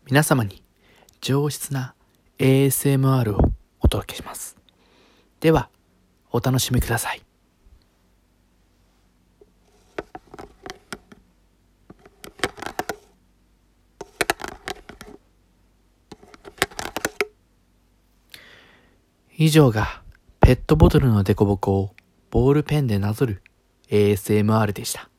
皆様に上質な ASMR をお届けします。では、お楽しみください。以上がペットボトルのデコボコをボールペンでなぞる ASMR でした。